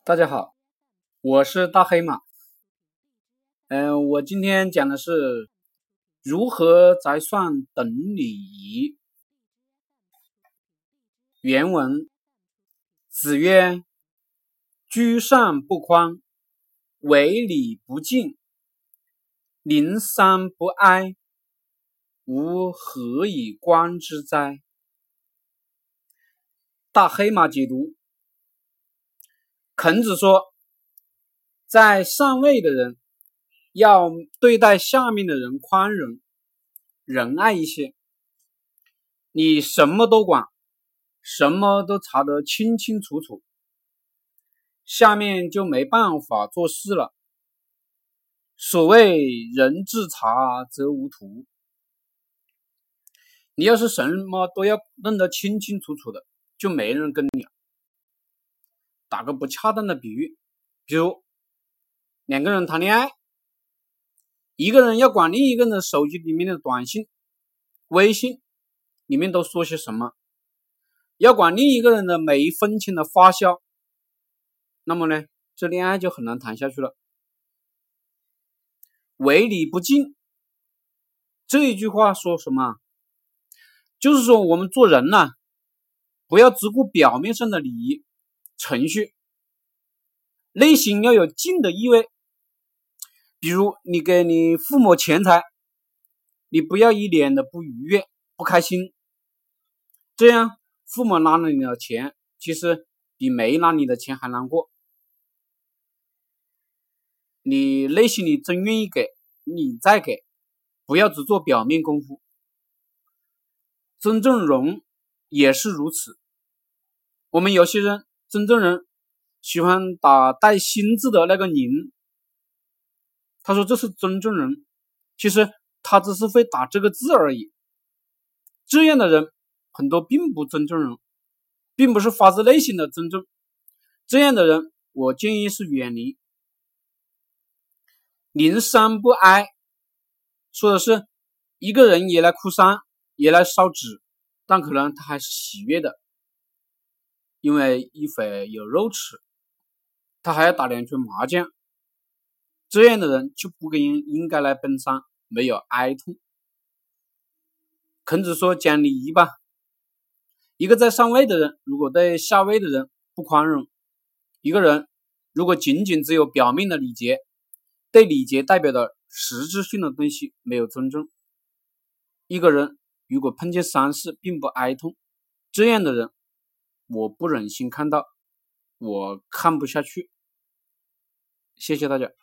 大家好，我是大黑马。我今天讲的是如何才算懂礼仪。原文：子曰：居善不宽，为礼不敬，临丧不哀，吾何以观之哉？大黑马解读：孔子说，在上位的人要对待下面的人宽容仁爱一些。你什么都管，什么都查得清清楚楚，下面就没办法做事了。所谓人自察则无徒，你要是什么都要弄得清清楚楚的，就没人跟你了。打个不恰当的比喻，比如两个人谈恋爱，一个人要管另一个人的手机里面的短信、微信里面都说些什么，要管另一个人的每一分钱的花销，那么呢，这恋爱就很难谈下去了。为礼不敬，这一句话说什么？就是说我们做人呢，不要只顾表面上的礼仪程序，内心要有敬的意味。比如你给你父母钱财，你不要一脸的不愉悦、不开心，这样父母拿了你的钱，其实比没拿你的钱还难过。你内心里真愿意给，你再给，不要只做表面功夫。尊重人也是如此。我们有些人尊重人喜欢打带心字的那个您，他说这是尊重人，其实他只是会打这个字而已。这样的人很多并不尊重人，并不是发自内心的尊重。这样的人我建议是远离。临丧不哀，说的是一个人也来哭丧，也来烧纸，但可能他还是喜悦的，因为一会有肉吃，他还要打2圈麻将。这样的人就不应该来奔丧，没有哀痛。孔子说讲礼仪吧，一个在上位的人如果对下位的人不宽容，一个人如果仅仅只有表面的礼节，对礼节代表的实质性的东西没有尊重，一个人如果碰见丧事并不哀痛，这样的人我不忍心看到，我看不下去。谢谢大家。